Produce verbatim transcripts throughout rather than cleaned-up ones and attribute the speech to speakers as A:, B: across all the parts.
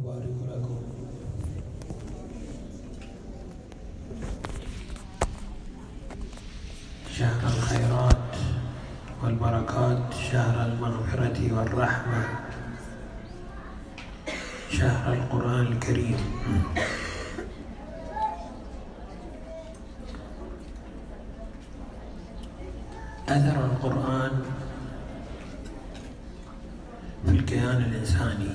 A: أبارك لكم. شهر الخيرات والبركات، شهر المغفرة والرحمة، شهر القرآن الكريم. أثر القرآن في الكيان الإنساني.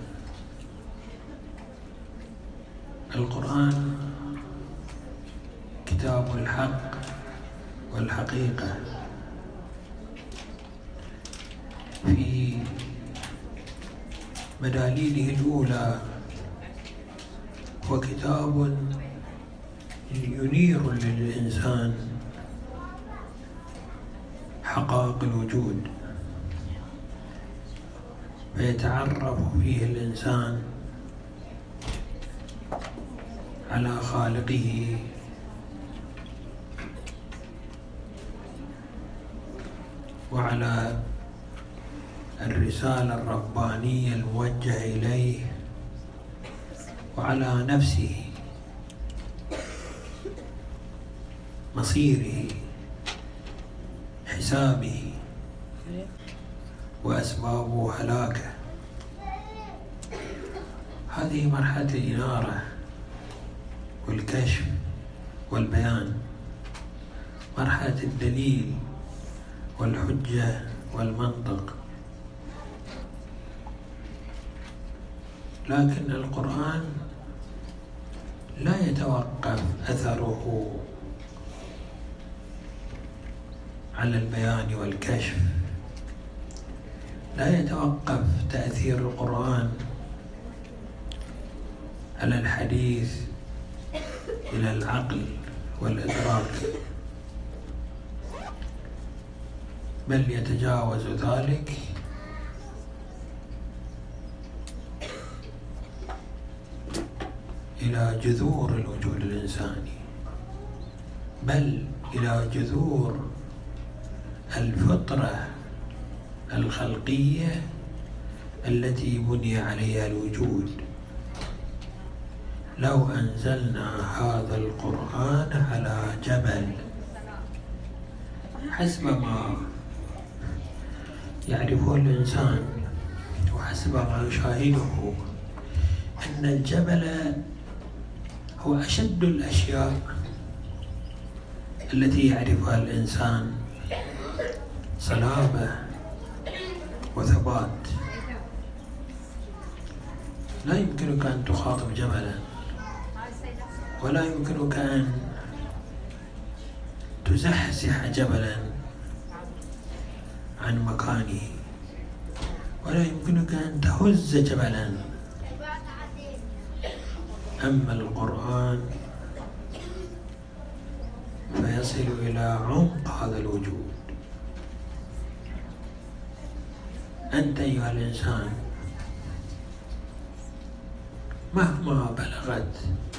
A: القرآن كتاب الحق والحقيقة. في مداليله الأولى هو كتاب ينير للإنسان حقائق الوجود، فيتعرف فيه الإنسان على خالقه وعلى الرسالة الربانية الموجهة إليه وعلى نفسه، مصيره، حسابه، وأسباب هلاكه. هذه مرحلة الإنارة والكشف والبيان، مرحلة الدليل والحجة والمنطق. لكن القرآن لا يتوقف أثره على البيان والكشف، لا يتوقف تأثير القرآن على الحديث إلى العقل والإدراك، بل يتجاوز ذلك إلى جذور الوجود الإنساني، بل إلى جذور الفطرة الخلقية التي بني عليها الوجود. لو أنزلنا هذا القرآن على جبل، حسب ما يعرفه الإنسان وحسب ما يشاهده، أن الجبل هو أشد الأشياء التي يعرفها الإنسان صلابة وثبات. لا يمكنك أن تخاطب جبلا، ولا يمكنك أن تزحزح جبلا عن مكانه، ولا يمكنك أن تهز جبلا. أما القرآن فيصل إلى عمق هذا الوجود. أنت أيها الإنسان مهما بلغت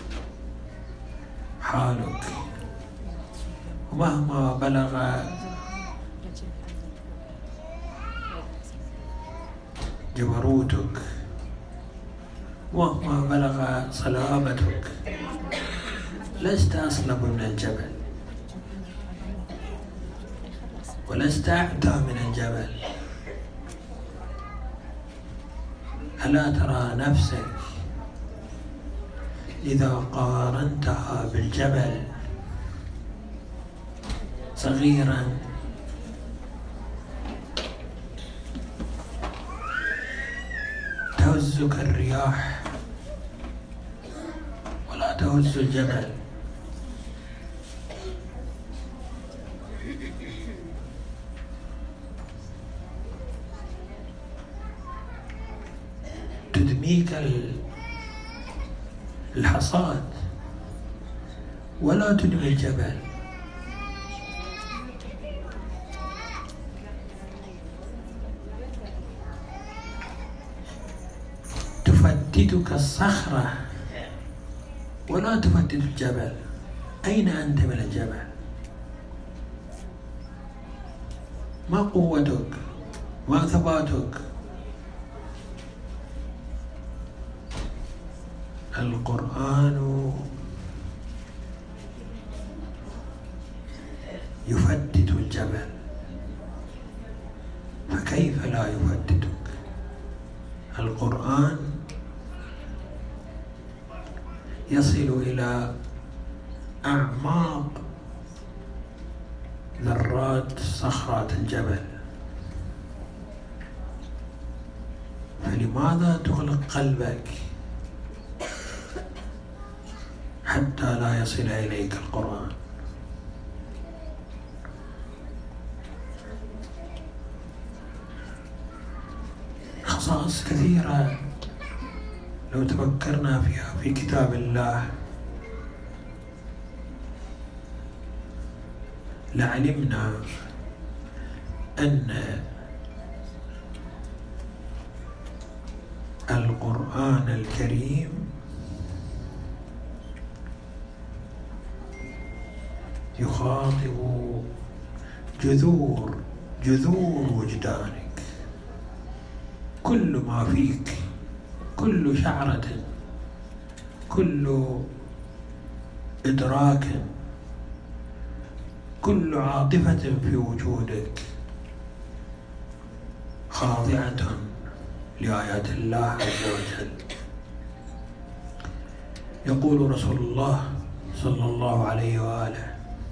A: حالك ومهما بلغ جبروتك ومهما بلغ صلابتك، لست أصلب من الجبل ولست أعتى من الجبل. ألا ترى نفسك إذا قارنتها بالجبل صغيرا تهزك الرياح ولا تهز الجبل؟ تدميك الحصاد ولا تدمي الجبل. تفتتك الصخرة ولا تفتت الجبل. أين أنت من الجبل؟ ما قوتك؟ ما ثباتك؟ القرآن يفتت الجبل، فكيف لا يفتتك؟ القرآن يصل إلى أعماق ذرات صخرات الجبل، فلماذا تغلق قلبك حتى لا يصل إليك القرآن؟ خصائص كثيرة لو تفكرنا فيها في كتاب الله لعلمنا أن القرآن الكريم يخاطب جذور جذور وجدانك، كل ما فيك، كل شعرة، كل إدراك، كل عاطفة في وجودك خاضعة لآيات الله عز وجل. يقول رسول الله صلى الله عليه وآله: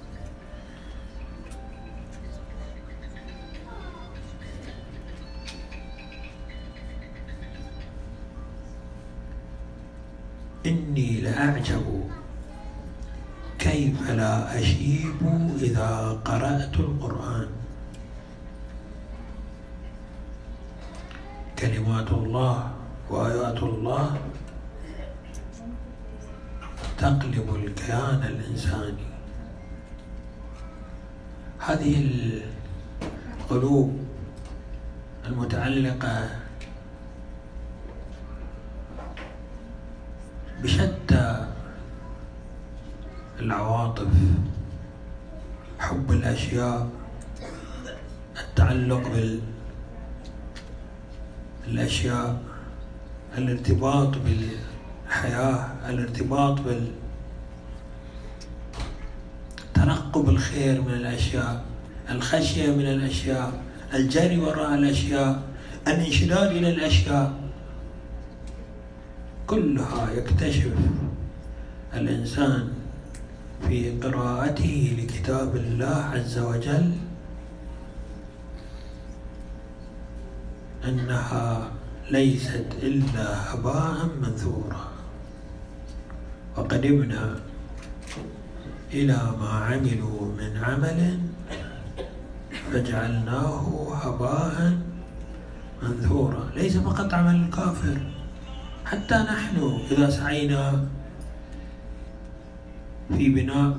A: إني لأعجب كيف لا أشيب إذا قرأت القرآن. كلمات الله وآيات الله تقلب الكيان الإنساني. هذه القلوب المتعلقة بشتى العواطف، حب الأشياء، التعلق بالأشياء، الارتباط بالحياة، الارتباط بالترقب الخير من الأشياء، الخشية من الأشياء، الجري وراء الأشياء، الانشداد إلى الأشياء، كلها يكتشف الإنسان في قراءته لكتاب الله عز وجل أنها ليست إلا هباء منثورا. وقدمنا إلى ما عملوا من عمل فجعلناه هباء منثورا. ليس فقط عمل الكافر، حتى نحن إذا سعينا في بناء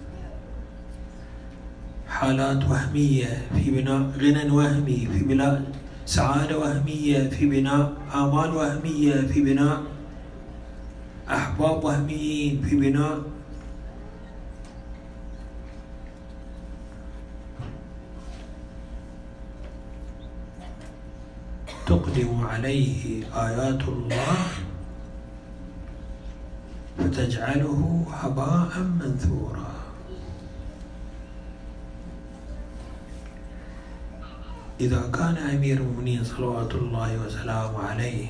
A: حالات وهمية، في بناء غنى وهمي، في بناء سعادة وهمية، في بناء آمال وهمية، في بناء أحباب وهميين، في بناء تقدم عليه آيات الله فتجعله هباء منثورا. إذا كان أمير المؤمنين صلوات الله وسلامه عليه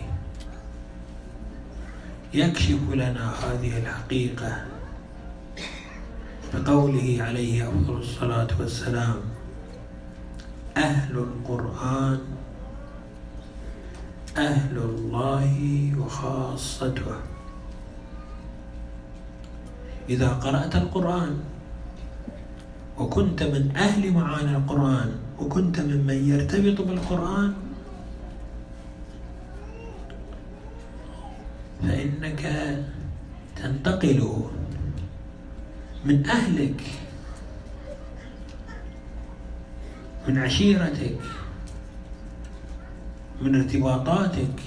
A: يكشف لنا هذه الحقيقة بقوله عليه أفضل الصلاة والسلام: أهل القرآن أهل الله وخاصته. إذا قرأت القرآن وكنت من أهل معاني القرآن وكنت ممن يرتبط بالقرآن فإنك تنتقل من أهلك، من عشيرتك، من ارتباطاتك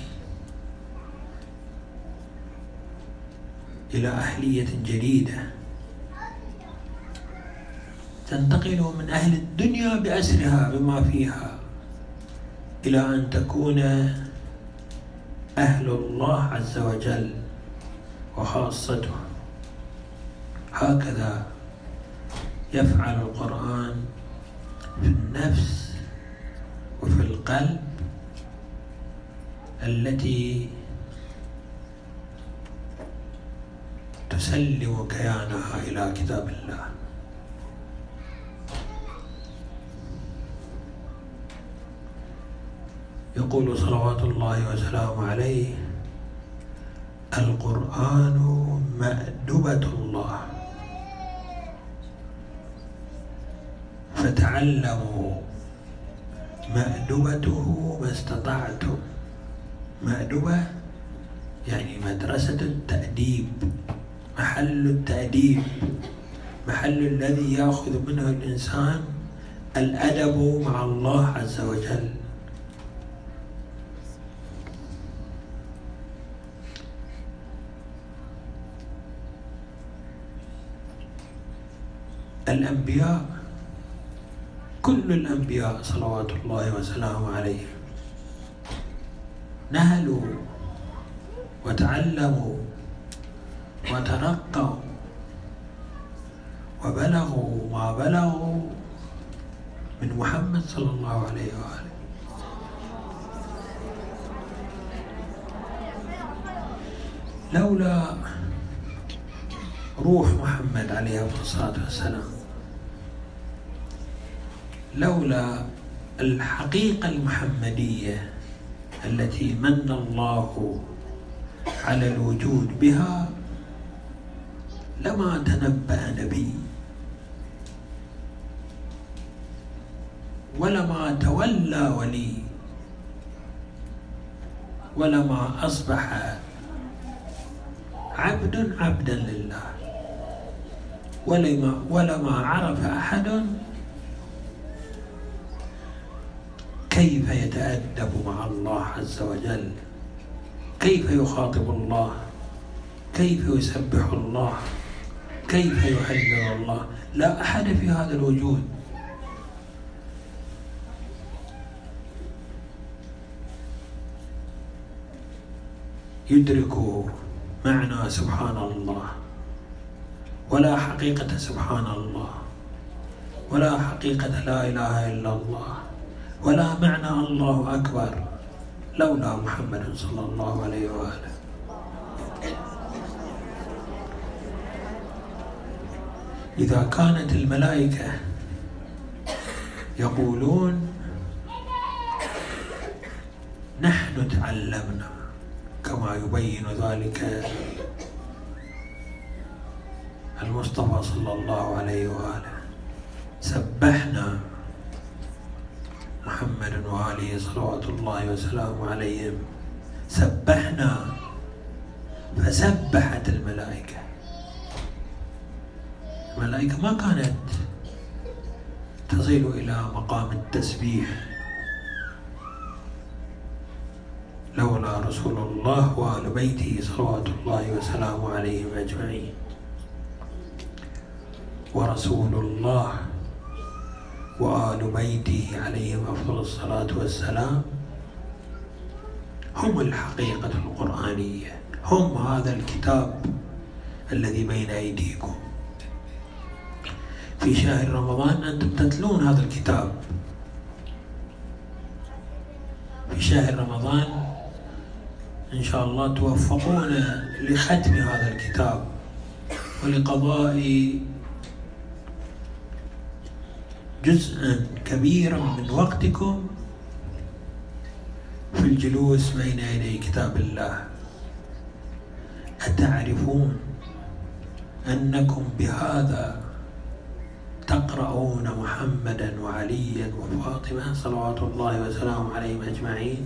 A: إلى أهلية جديدة، تنتقل من أهل الدنيا بأسرها بما فيها إلى أن تكون أهل الله عز وجل وخاصته. هكذا يفعل القرآن في النفس وفي القلب التي تسلم كيانها إلى كتاب الله. يقول صلوات الله وسلامه عليه: القرآن مأدبة الله فتعلموا مأدبته ما استطعتم. مأدبة يعني مدرسة التأديب، محل التأديب، محل الذي يأخذ منه الإنسان الأدب مع الله عز وجل. الأنبياء، كل الأنبياء صلوات الله وسلامه عليهم نهلوا وتعلموا وترقوا وبلغوا ما بلغوا من محمد صلى الله عليه وآله. لولا روح محمد عليه الصلاة والسلام، لولا الحقيقة المحمدية التي من الله على الوجود بها، لما تنبأ نبي ولما تولى ولي ولما أصبح عبد عبدا لله، ولما, ولما عرف أحد كيف يتأدب مع الله عز وجل، كيف يخاطب الله، كيف يسبح الله، كيف يهلل الله. لا أحد في هذا الوجود يدرك معنى سبحان الله، ولا حقيقة سبحان الله، ولا حقيقة لا إله إلا الله، ولا معنى الله أكبر لولا محمد صلى الله عليه وآله. إذا كانت الملائكة يقولون نحن تعلمنا كما يبين ذلك المصطفى صلى الله عليه وآله، سبحنا محمد وآله صلوات الله وسلامه عليهم، سبحنا فسبحت الملائكة. الملائكة ما كانت تصل إلى مقام التسبيح لولا رسول الله وآل بيته صلوات الله وسلامه عليهم أجمعين. ورسول الله وآل بيته عليهم أفضل الصلاة والسلام هم الحقيقة القرآنية، هم هذا الكتاب الذي بين أيديكم. في شهر رمضان أنتم تتلون هذا الكتاب، في شهر رمضان إن شاء الله توفقون لختم هذا الكتاب ولقضاء جزءا كبيرا من وقتكم في الجلوس بين يدي كتاب الله. أتعرفون أنكم بهذا تقرؤون محمدا وعليا وفاطمة صلوات الله وسلامه عليهم أجمعين؟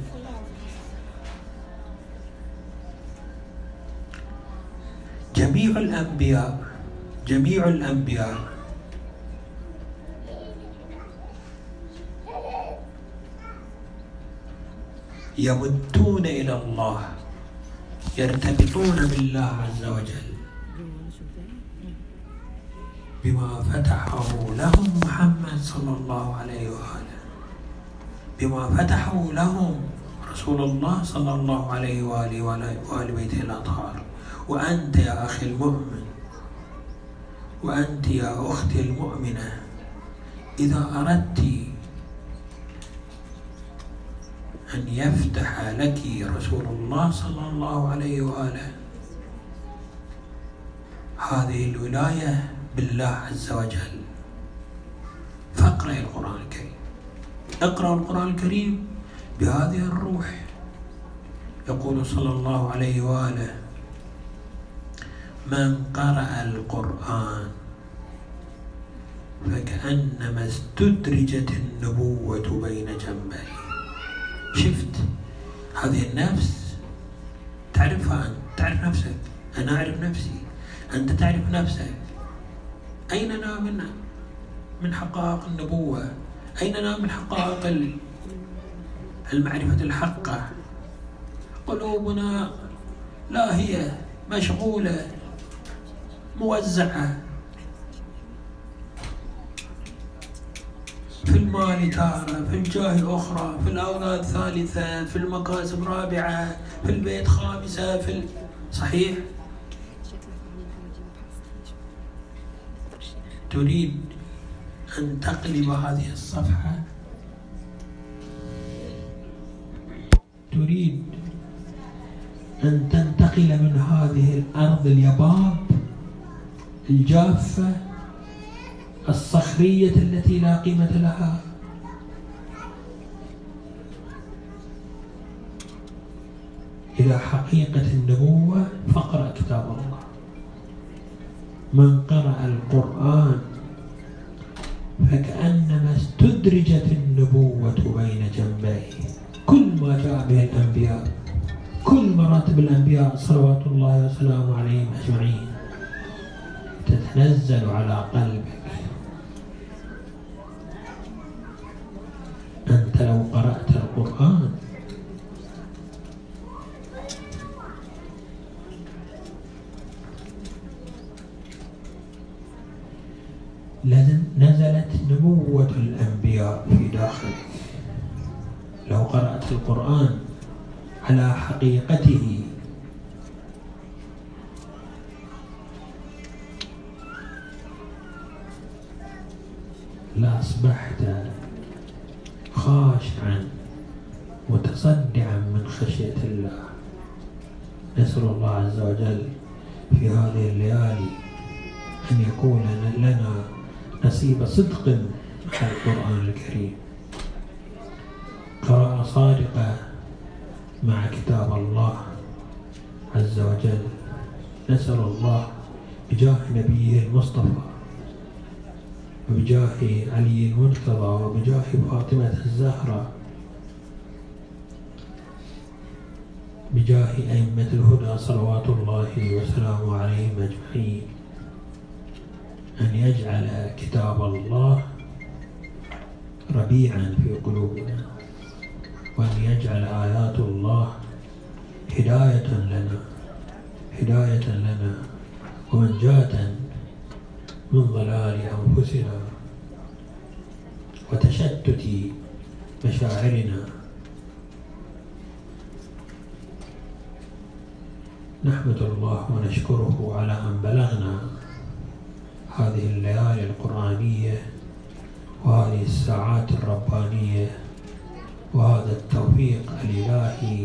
A: جميع الأنبياء جميع الأنبياء يمدون إلى الله، يرتبطون بالله عز وجل بما فتحه لهم محمد صلى الله عليه وآله، بما فتحه لهم رسول الله صلى الله عليه وآله وآل بيته الأطهار، وأنت يا أخي المؤمن، وأنت يا أختي المؤمنة، إذا أردت أن يفتح لك رسول الله صلى الله عليه وآله هذه الولاية بالله عز وجل، فاقرأ القرآن الكريم. اقرأ القرآن الكريم بهذه الروح. يقول صلى الله عليه وآله: من قرأ القرآن فكأنما استدرجت النبوة بين جنبيه. شفت هذه النفس تعرفها أنت، تعرف نفسك، أنا أعرف نفسي، أنت تعرف نفسك. أيننا من من حقائق النبوة؟ أيننا من حقائق المعرفة الحقة؟ قلوبنا لاهية مشغولة موزعة، في المال تارة، في الجاه أخرى، في الأولاد ثالثة، في المكاسب رابعة، في البيت خامسة، في ال... صحيح؟ تريد أن تقلب هذه الصفحة؟ تريد أن تنتقل من هذه الأرض اليباب الجافة الصخرية التي لا قيمة لها إلى حقيقة النبوة؟ فاقرأ كتاب الله. من قرأ القرآن فكأنما استدرجت النبوة بين جنبيه. كل ما جاء به الأنبياء، كل مراتب الأنبياء صلوات الله وسلامه عليهم أجمعين تتنزل على قلبك. أنت لو قرأت القرآن نزلت نبوة الأنبياء في داخلك. لو قرأت القرآن على حقيقته لأصبحت خاشعا متصدعا من خشية الله. نسأل الله عز وجل في هذه الليالي أن يكون لنا نصيب صدق مع القرآن الكريم، قراءة صادقة مع كتاب الله عز وجل. نسأل الله بجاه نبيه المصطفى وبجاه علي المرتضى وبجاه فاطمة الزهراء بجاه أئمة الهدى صلوات الله وسلامه عليهم أجمعين أن يجعل كتاب الله ربيعا في قلوبنا، وأن يجعل آيات الله هداية لنا هداية لنا ومنجاة من ضلال أنفسنا وتشتت مشاعرنا. نحمد الله ونشكره على أن بلغنا هذه الليالي القرآنية وهذه الساعات الربانية وهذا التوفيق الإلهي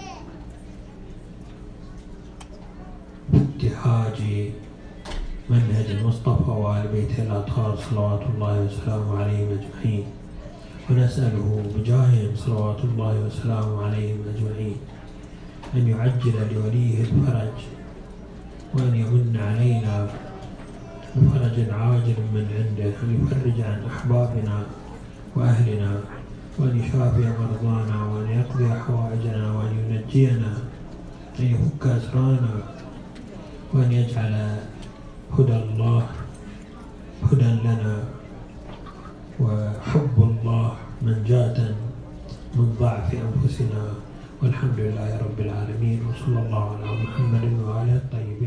A: بابتهاج منهج المصطفى وآل بيته الأطهار صلوات الله وسلامه عليهم أجمعين. ونسأله بجاههم صلوات الله وسلامه عليهم أجمعين أن يعجل لوليه الفرج، وأن يمن علينا بفرج عاجل من عنده، أن يفرج عن أحبابنا وأهلنا، وأن يشافي مرضانا، وأن يقضي حوائجنا، وأن ينجينا، أن يفك أسرانا، وأن يجعل هدى الله هدى لنا وحب الله منجاة من ضعف أنفسنا. والحمد لله رب العالمين، وصلى الله على محمد وآله الطيبين.